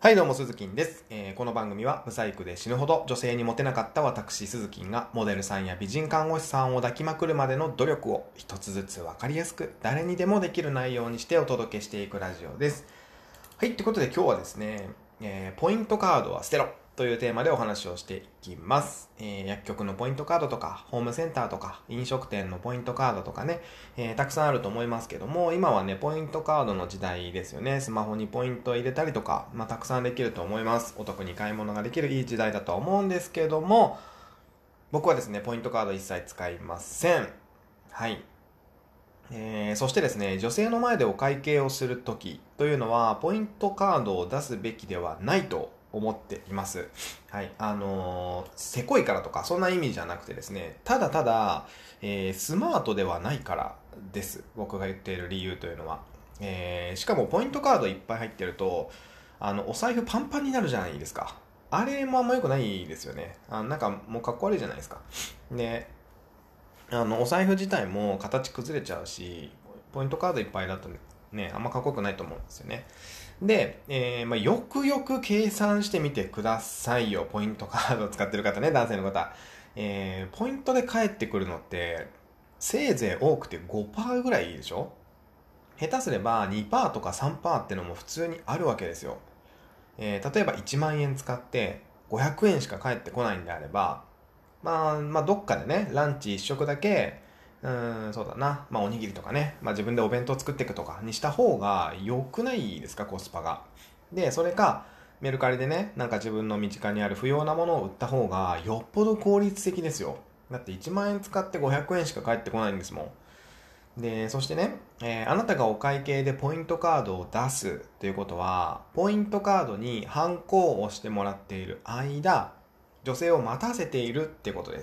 はいどうも、鈴木です。この番組は、ブサイクで死ぬほど女性にモテなかった私、鈴木が、モデルさんや美人看護師さんを抱きまくるまでの努力を一つずつわかりやすく、誰にでもできる内容にしてお届けしていくラジオです。はい、ということで今日はですね、ポイントカードは捨てろというテーマでお話をしていきます。薬局のポイントカードとか、ホームセンターとか、飲食店のポイントカードとかね、たくさんあると思いますけども、今はね、ポイントカードの時代ですよね。スマホにポイントを入れたりとか、たくさんできると思います。お得に買い物ができるいい時代だとは思うんですけども、僕はですね、ポイントカード一切使いません。はい。そしてですね、女性の前でお会計をするときというのは、ポイントカードを出すべきではないと思っています。はい。せこいからとか、そんな意味じゃなくてですね、ただただ、スマートではないからです。僕が言っている理由というのは。しかも、ポイントカードいっぱい入ってると、お財布パンパンになるじゃないですか。あれもあんま良くないですよね。なんかもうかっこ悪いじゃないですか。で、お財布自体も形崩れちゃうし、ポイントカードいっぱいだとね、あんまかっこよくないと思うんですよね。で、よくよく計算してみてくださいよ。ポイントカードを使ってる方ね、男性の方。ポイントで返ってくるのって、せいぜい多くて5%ぐらいいいでしょ。下手すれば2%とか3%ってのも普通にあるわけですよ。例えば1万円使って500円しか返ってこないんであれば、どっかでね、ランチ一食だけ、そうだな、おにぎりとかね、自分でお弁当作っていくとかにした方が良くないですか、コスパが。で、それか、メルカリでね、なんか自分の身近にある不要なものを売った方がよっぽど効率的ですよ。だって1万円使って500円しか返ってこないんですもん。で、そしてね、あなたがお会計でポイントカードを出すということは、ポイントカードにハンコを押してもらっている間、女性を待たせているってことです。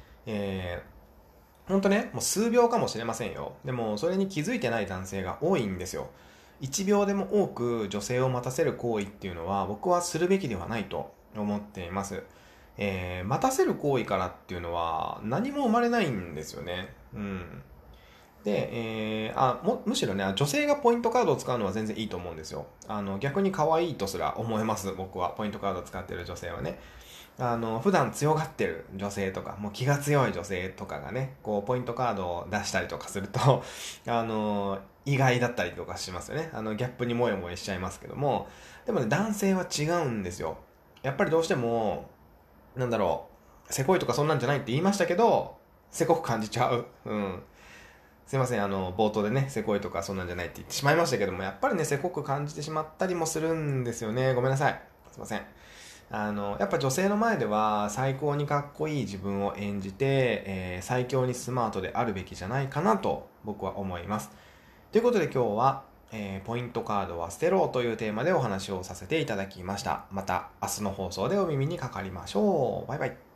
ほんとね、もう数秒かもしれませんよ。でも、それに気づいてない男性が多いんですよ。1秒でも多く女性を待たせる行為っていうのは、僕はするべきではないと思っています。待たせる行為からっていうのは、何も生まれないんですよね。うん。で、むしろね、女性がポイントカードを使うのは全然いいと思うんですよ。逆に可愛いとすら思えます、僕は。ポイントカードを使っている女性はね。普段強がってる女性とか、もう気が強い女性とかがね、こう、ポイントカードを出したりとかすると、意外だったりとかしますよね。ギャップにもやもやしちゃいますけども、でもね、男性は違うんですよ。やっぱりどうしても、なんだろせこいとかそんなんじゃないって言いましたけど、せこく感じちゃう。うん。すいません、冒頭でね、せこいとかそんなんじゃないって言ってしまいましたけども、やっぱりね、せこく感じてしまったりもするんですよね。ごめんなさい。すいません。やっぱ女性の前では最高にかっこいい自分を演じて、最強にスマートであるべきじゃないかなと僕は思います。ということで今日は、ポイントカードは捨てろというテーマでお話をさせていただきました。また明日の放送でお耳にかかりましょう。バイバイ。